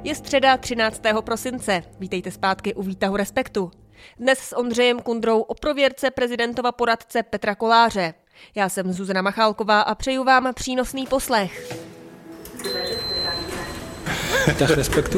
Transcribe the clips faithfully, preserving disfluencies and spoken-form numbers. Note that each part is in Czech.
Je středa třináctého prosince. Vítejte zpátky u Výtahu Respektu. Dnes s Ondřejem Kundrou o prověrce prezidentova poradce Petra Koláře. Já jsem Zuzana Machálková a přeju vám přínosný poslech. Výtah Respektu?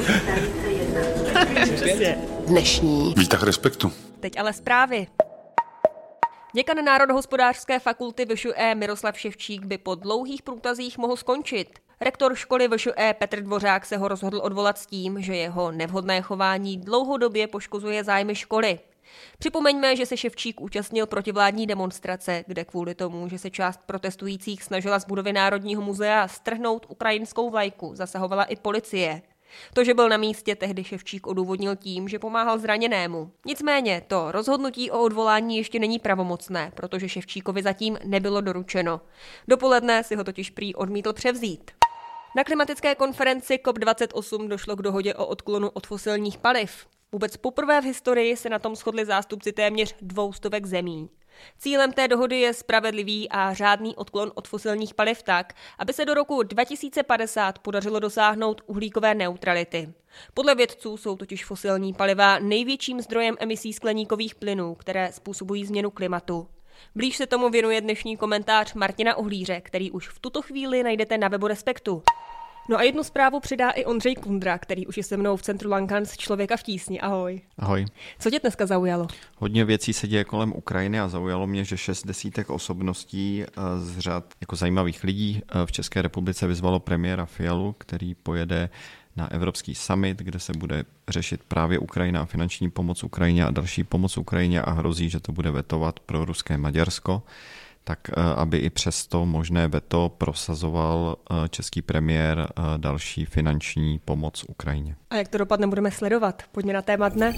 Dnešní Výtah Respektu. Teď ale zprávy. Děkan Národohospodářské fakulty V Š E Miroslav Ševčík by po dlouhých průtazích mohl skončit. Rektor školy V Š E Petr Dvořák se ho rozhodl odvolat s tím, že jeho nevhodné chování dlouhodobě poškozuje zájmy školy. Připomeňme, že se Ševčík účastnil protivládní demonstrace, kde kvůli tomu, že se část protestujících snažila z budovy Národního muzea strhnout ukrajinskou vlajku, zasahovala i policie. To, že byl na místě, tehdy Ševčík odůvodnil tím, že pomáhal zraněnému. Nicméně to rozhodnutí o odvolání ještě není pravomocné, protože Ševčíkovi zatím nebylo doručeno. Dopoledne si ho totiž prý odmítl převzít. Na klimatické konferenci C O P dvacet osm došlo k dohodě o odklonu od fosilních paliv. Vůbec poprvé v historii se na tom shodli zástupci téměř dvou stovek zemí. Cílem té dohody je spravedlivý a řádný odklon od fosilních paliv tak, aby se do roku dva tisíce padesát podařilo dosáhnout uhlíkové neutrality. Podle vědců jsou totiž fosilní paliva největším zdrojem emisí skleníkových plynů, které způsobují změnu klimatu. Blíž se tomu věnuje dnešní komentář Martina Uhlíře, který už v tuto chvíli najdete na webu Respektu. No a jednu zprávu přidá i Ondřej Kundra, který už je se mnou v centru Lankans Člověka v tísni. Ahoj. Ahoj. Co tě dneska zaujalo? Hodně věcí se děje kolem Ukrajiny a zaujalo mě, že šest desítek osobností z řad jako zajímavých lidí v České republice vyzvalo premiéra Fialu, který pojede na Evropský summit, kde se bude řešit právě Ukrajina a finanční pomoc Ukrajině a další pomoc Ukrajině a hrozí, že to bude vetovat pro ruské Maďarsko. Tak aby i přesto možné veto prosazoval český premiér další finanční pomoc Ukrajině. A jak to dopadne, budeme sledovat. Pojďme na téma dne.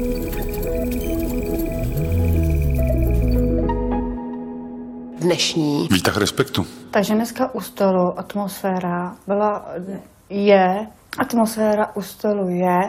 dnešní Výtah Respektu. Takže dneska u stolu atmosféra byla, je, atmosféra u stolu je,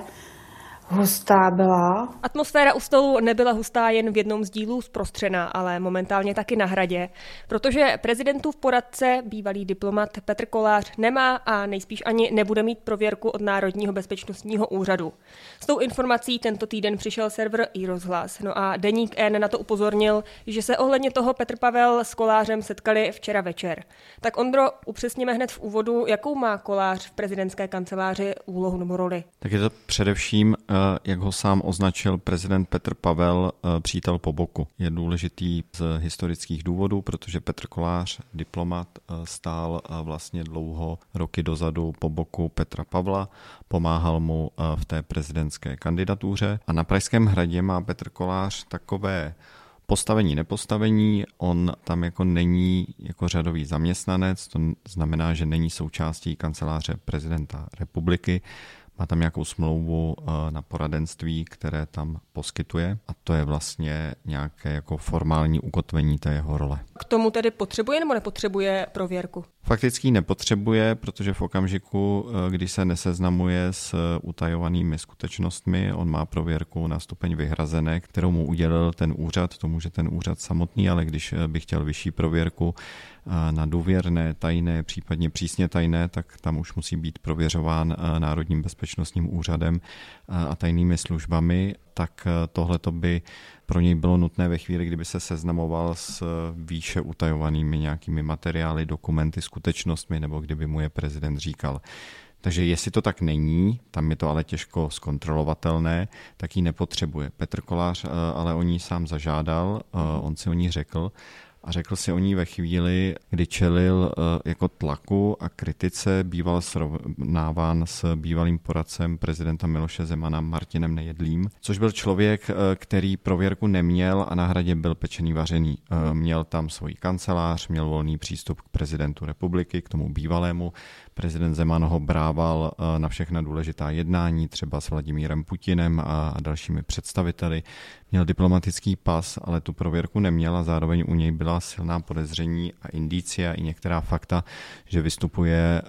hustá byla. Atmosféra u stolu nebyla hustá jen v jednom z dílů zprostřená, ale momentálně taky na Hradě, protože prezidentův poradce, bývalý diplomat Petr Kolář, nemá a nejspíš ani nebude mít prověrku od Národního bezpečnostního úřadu. S tou informací tento týden přišel server iRozhlas. No a deník N na to upozornil, že se ohledně toho Petr Pavel s Kolářem setkali včera večer. Tak Ondro, upřesněme hned v úvodu, jakou má Kolář v prezidentské kanceláři úlohu nebo roli. Tak je to především, jak ho sám označil prezident Petr Pavel, přítel po boku. Je důležitý z historických důvodů, protože Petr Kolář, diplomat, stál vlastně dlouho roky dozadu po boku Petra Pavla, pomáhal mu v té prezidentské kandidatuře a na Pražském hradě má Petr Kolář takové postavení, nepostavení, on tam jako není jako řadový zaměstnanec, to znamená, že není součástí kanceláře prezidenta republiky, má tam nějakou smlouvu na poradenství, které tam poskytuje a to je vlastně nějaké jako formální ukotvení té jeho role. K tomu tedy potřebuje nebo nepotřebuje prověrku? Fakticky nepotřebuje, protože v okamžiku, kdy se neseznamuje s utajovanými skutečnostmi, on má prověrku na stupeň vyhrazené, kterou mu udělil ten úřad, to může ten úřad samotný, ale když by chtěl vyšší prověrku na důvěrné, tajné, případně přísně tajné, tak tam už musí být prověřován Národním bezpečnostním úřadem a tajnými službami, tak tohleto by pro něj bylo nutné ve chvíli, kdyby se seznamoval s výše utajovanými nějakými materiály, dokumenty, skutečnostmi, nebo kdyby mu je prezident říkal. Takže jestli to tak není, tam je to ale těžko zkontrolovatelné, tak ji nepotřebuje. Petr Kolář ale o ní sám zažádal, on si o ní řekl, a řekl si o ní ve chvíli, kdy čelil jako tlaku a kritice, býval srovnáván s bývalým poradcem prezidenta Miloše Zemana Martinem Nejedlým, což byl člověk, který prověrku neměl a na Hradě byl pečený vařený. Měl tam svoji kancelář, měl volný přístup k prezidentu republiky, k tomu bývalému. Prezident Zeman ho brával na všechna důležitá jednání, třeba s Vladimírem Putinem a dalšími představiteli. Měl diplomatický pas, ale tu prověrku neměl a zároveň u něj byla silná podezření a indicia i některá fakta, že vystupuje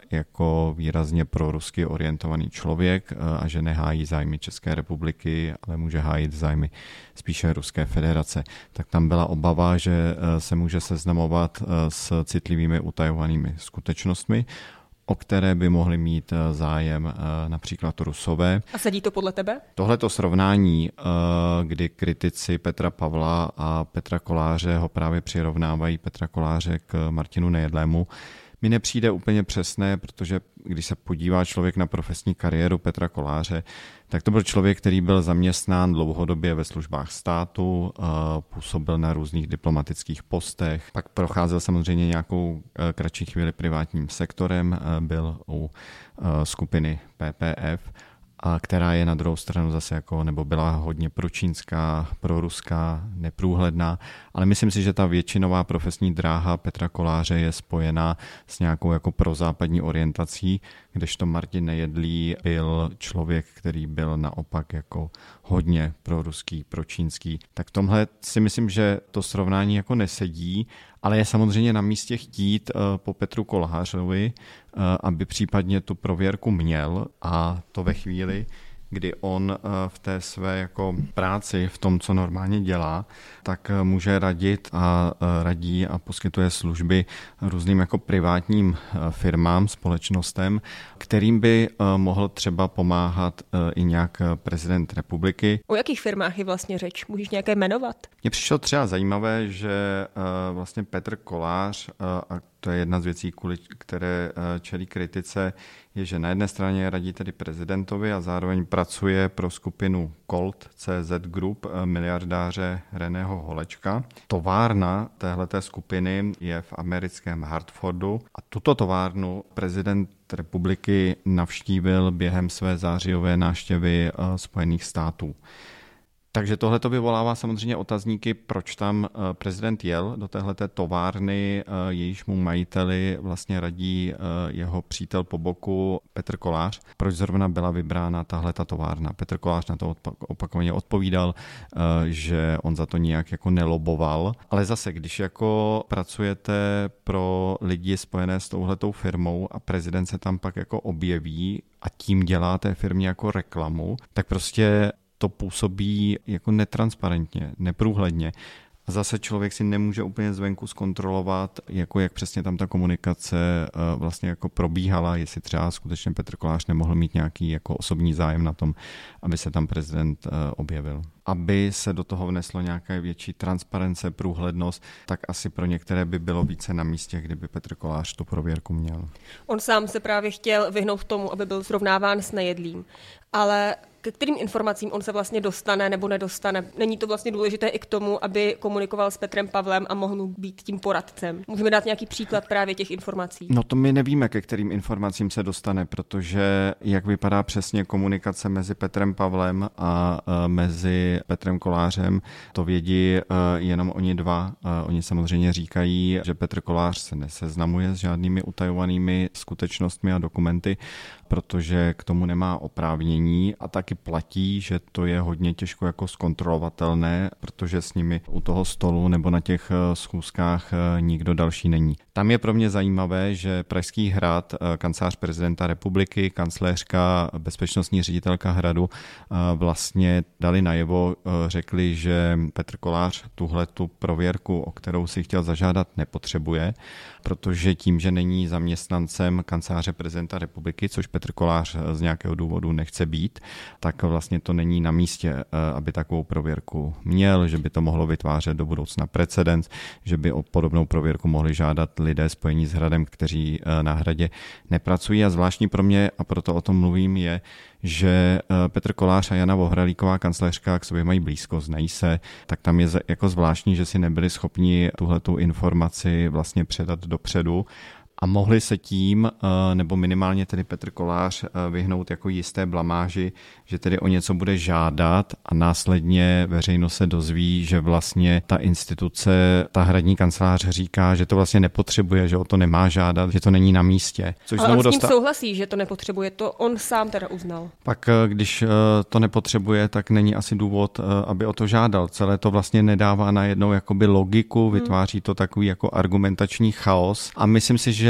jako výrazně prorusky orientovaný člověk a že nehájí zájmy České republiky, ale může hájit zájmy spíše Ruské federace. Tak tam byla obava, že se může seznamovat s citlivými utajovanými skutečnostmi. o které by mohli mít zájem například Rusové. A sedí to podle tebe? Tohleto srovnání, kdy kritici Petra Pavla a Petra Koláře ho právě přirovnávají Petra Koláře k Martinu Nejedlému, mi nepřijde úplně přesné, protože když se podívá člověk na profesní kariéru Petra Koláře, tak to byl člověk, který byl zaměstnán dlouhodobě ve službách státu, působil na různých diplomatických postech, pak procházel samozřejmě nějakou kratší chvíli privátním sektorem, byl u skupiny P P F, a která je na druhou stranu zase jako, nebo byla hodně pročínská, proruská, neprůhledná, ale myslím si, že ta většinová profesní dráha Petra Koláře je spojená s nějakou jako prozápadní orientací, kdežto Martin Nejedlý byl člověk, který byl naopak jako hodně proruský, pročínský. Tak v tomhle si myslím, že to srovnání jako nesedí, ale je samozřejmě na místě chtít po Petru Kolářovi, aby případně tu prověrku měl, a to ve chvíli, kdy on v té své jako práci, v tom, co normálně dělá, tak může radit a radí a poskytuje služby různým jako privátním firmám, společnostem, kterým by mohl třeba pomáhat i nějak prezident republiky. O jakých firmách je vlastně řeč? Můžeš nějaké jmenovat? Mně přišlo třeba zajímavé, že vlastně Petr Kolář, a to je jedna z věcí, kvůli které čelí kritice, je, že na jedné straně radí tedy prezidentovi a zároveň pracuje pro skupinu Colt C Z Group miliardáře Reného Holečka. Továrna téhleté skupiny je v americkém Hartfordu a tuto továrnu prezident republiky navštívil během své zářijové návštěvy Spojených států. Takže tohle to vyvolává samozřejmě otazníky, proč tam prezident jel do téhleté továrny, jejížmu majiteli vlastně radí jeho přítel po boku Petr Kolář. Proč zrovna byla vybrána tahleta továrna? Petr Kolář na to opakovaně odpovídal, že on za to nijak jako neloboval. Ale zase, když jako pracujete pro lidi spojené s touhletou firmou a prezident se tam pak jako objeví a tím dělá té firmě jako reklamu, tak prostě to působí jako netransparentně, neprůhledně. A zase člověk si nemůže úplně zvenku zkontrolovat, jako jak přesně tam ta komunikace vlastně jako probíhala, jestli třeba skutečně Petr Kolář nemohl mít nějaký jako osobní zájem na tom, aby se tam prezident objevil. Aby se do toho vneslo nějaké větší transparence, průhlednost, tak asi pro některé by bylo více na místě, kdyby Petr Kolář tu prověrku měl. On sám se právě chtěl vyhnout tomu, aby byl srovnáván s Nejedlým, ale ke kterým informacím on se vlastně dostane nebo nedostane? Není to vlastně důležité i k tomu, aby komunikoval s Petrem Pavlem a mohl být tím poradcem? Můžeme dát nějaký příklad právě těch informací? No to my nevíme, ke kterým informacím se dostane, protože jak vypadá přesně komunikace mezi Petrem Pavlem a mezi Petrem Kolářem, to vědí jenom oni dva. Oni samozřejmě říkají, že Petr Kolář se neseznamuje s žádnými utajovanými skutečnostmi a dokumenty, protože k tomu nemá oprávnění, a taky platí, že to je hodně těžko jako zkontrolovatelné, protože s nimi u toho stolu nebo na těch schůzkách nikdo další není. Tam je pro mě zajímavé, že Pražský hrad, kancelář prezidenta republiky, kancléřka, bezpečnostní ředitelka hradu vlastně dali najevo, řekli, že Petr Kolář tuhletu prověrku, o kterou si chtěl zažádat, nepotřebuje, protože tím, že není zaměstnancem kanceláře prezidenta republiky, což Petr Kolář z nějakého důvodu nechce být, tak vlastně to není na místě, aby takovou prověrku měl, že by to mohlo vytvářet do budoucna precedens, že by o podobnou prověrku mohli žádat lidé spojení s hradem, kteří na hradě nepracují. A zvláštní pro mě, a proto o tom mluvím, je, že Petr Kolář a Jana Vohralíková, kancléřka, k sobě mají blízko, znají se, tak tam je jako zvláštní, že si nebyli schopni tuhletu informaci vlastně předat dopředu. A mohli se tím, nebo minimálně tedy Petr Kolář, vyhnout jako jisté blamáži, že tedy o něco bude žádat a následně veřejnost se dozví, že vlastně ta instituce, ta hradní kancelář říká, že to vlastně nepotřebuje, že o to nemá žádat, že to není na místě. Což ale znovu on s tím dosta... souhlasí, že to nepotřebuje, to on sám teda uznal. Pak když to nepotřebuje, tak není asi důvod, aby o to žádal. Celé to vlastně nedává najednou jakoby logiku, vytváří to takový jako argumentační chaos a myslím si, že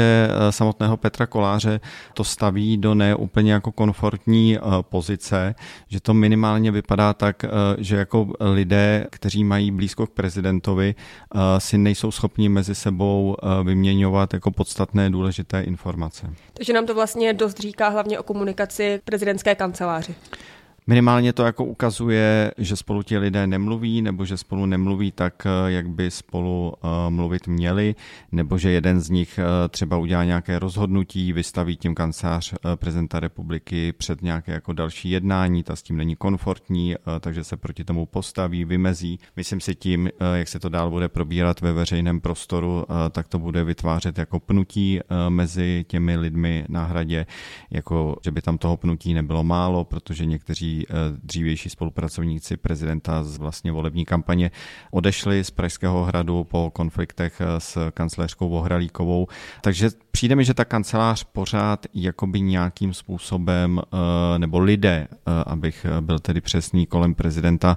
že samotného Petra Koláře to staví do neúplně jako komfortní pozice, že to minimálně vypadá tak, že jako lidé, kteří mají blízko k prezidentovi, si nejsou schopni mezi sebou vyměňovat jako podstatné důležité informace. Takže nám to vlastně dost říká hlavně o komunikaci prezidentské kanceláři. Minimálně to jako ukazuje, že spolu ti lidé nemluví, nebo že spolu nemluví tak, jak by spolu mluvit měli, nebo že jeden z nich třeba udělá nějaké rozhodnutí, vystaví tím kancelář prezidenta republiky před nějaké jako další jednání, ta s tím není komfortní, takže se proti tomu postaví, vymezí. Myslím si tím, jak se to dál bude probírat ve veřejném prostoru, tak to bude vytvářet jako pnutí mezi těmi lidmi na Hradě, jako že by tam toho pnutí nebylo málo, protože někteří dřívější spolupracovníci prezidenta z vlastně volební kampaně odešli z Pražského hradu po konfliktech s kancléřkou Vohralíkovou. Takže přijde mi, že ta kancelář pořád jakoby nějakým způsobem, nebo lidé, abych byl tedy přesný, kolem prezidenta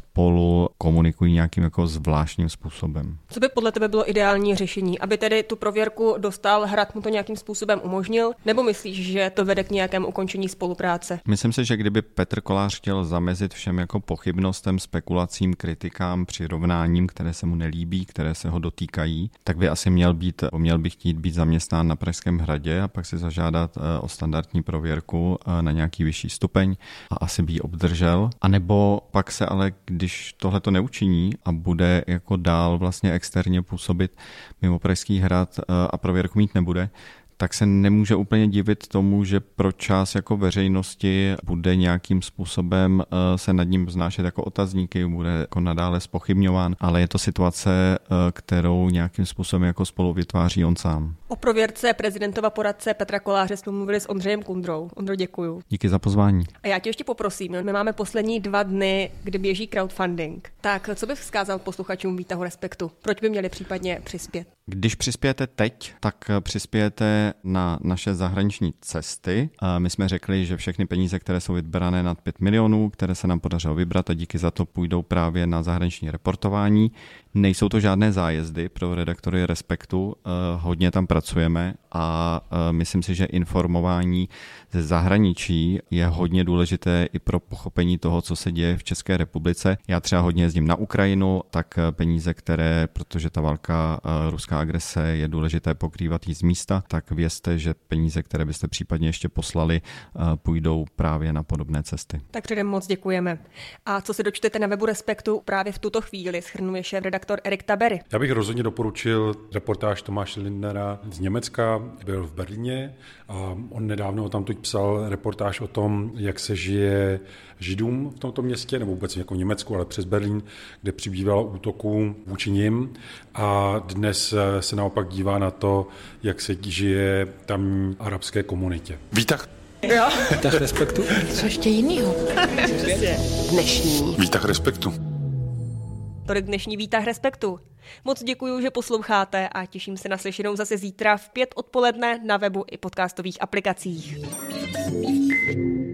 spolu komunikují nějakým jako zvláštním způsobem. Co by podle tebe bylo ideální řešení? Aby tedy tu prověrku dostal, Hrad mu to nějakým způsobem umožnil? Nebo myslíš, že to vede k nějakému ukončení spolupráce? Myslím si, že kdyby Petr Kolář chtěl zamezit všem jako pochybnostem, spekulacím, kritikám, přirovnáním, které se mu nelíbí, které se ho dotýkají, tak by asi měl být, měl by chtít být zaměstnán na Pražském hradě a pak si zažádat o standardní prověrku na nějaký vyšší stupeň a asi by ji obdržel. A nebo pak se ale, když tohle to neučiní a bude jako dál vlastně externě působit mimo Pražský hrad a prověrku mít nebude, tak se nemůže úplně divit tomu, že pro část jako veřejnosti bude nějakým způsobem se nad ním vznášet jako otazníky, bude jako nadále zpochybňován, ale je to situace, kterou nějakým způsobem jako spolu vytváří on sám. O prověrce prezidentova poradce Petra Koláře jsme mluvili s Ondřejem Kundrou. Ondro, děkuju. Díky za pozvání. A já tě ještě poprosím, my máme poslední dva dny, kdy běží crowdfunding. Tak co bych vzkázal posluchačům Výtahu Respektu? Proč by měli případně přispět? Když přispějete teď, tak přispějete na naše zahraniční cesty. My jsme řekli, že všechny peníze, které jsou vyberané nad pět milionů, které se nám podařilo vybrat a díky za to půjdou právě na zahraniční reportování. Nejsou to žádné zájezdy pro redaktory Respektu, hodně tam pracujeme a myslím si, že informování ze zahraničí je hodně důležité i pro pochopení toho, co se děje v České republice. Já třeba hodně jezdím na Ukrajinu, tak peníze, které, protože ta válka, ruská agrese je důležité pokrývat jí z místa, tak vězte, že peníze, které byste případně ještě poslali, půjdou právě na podobné cesty. Tak předem moc děkujeme. A co se dočtete na webu Respektu právě v tuto chvíli, shrnuje šéfredaktor Erik Tabery. Já bych rozhodně doporučil reportáž Tomáše Lindnera z Německa, byl v Berlíně a on nedávno tam tuď psal reportáž o tom, jak se žije Židům v tomto městě, nebo vůbec jako v Německu, ale přes Berlín, kde přibývalo útoků vůči nim a dnes se naopak dívá na to, jak se žije tam arabské komunitě. Výtah. Jo. Výtah Respektu. Co ještě jinýho? Dnešní. Výtah Respektu. Tolik dnešní Výtah Respektu. Moc děkuju, že posloucháte a těším se na slyšenou zase zítra v pět odpoledne na webu i podcastových aplikacích.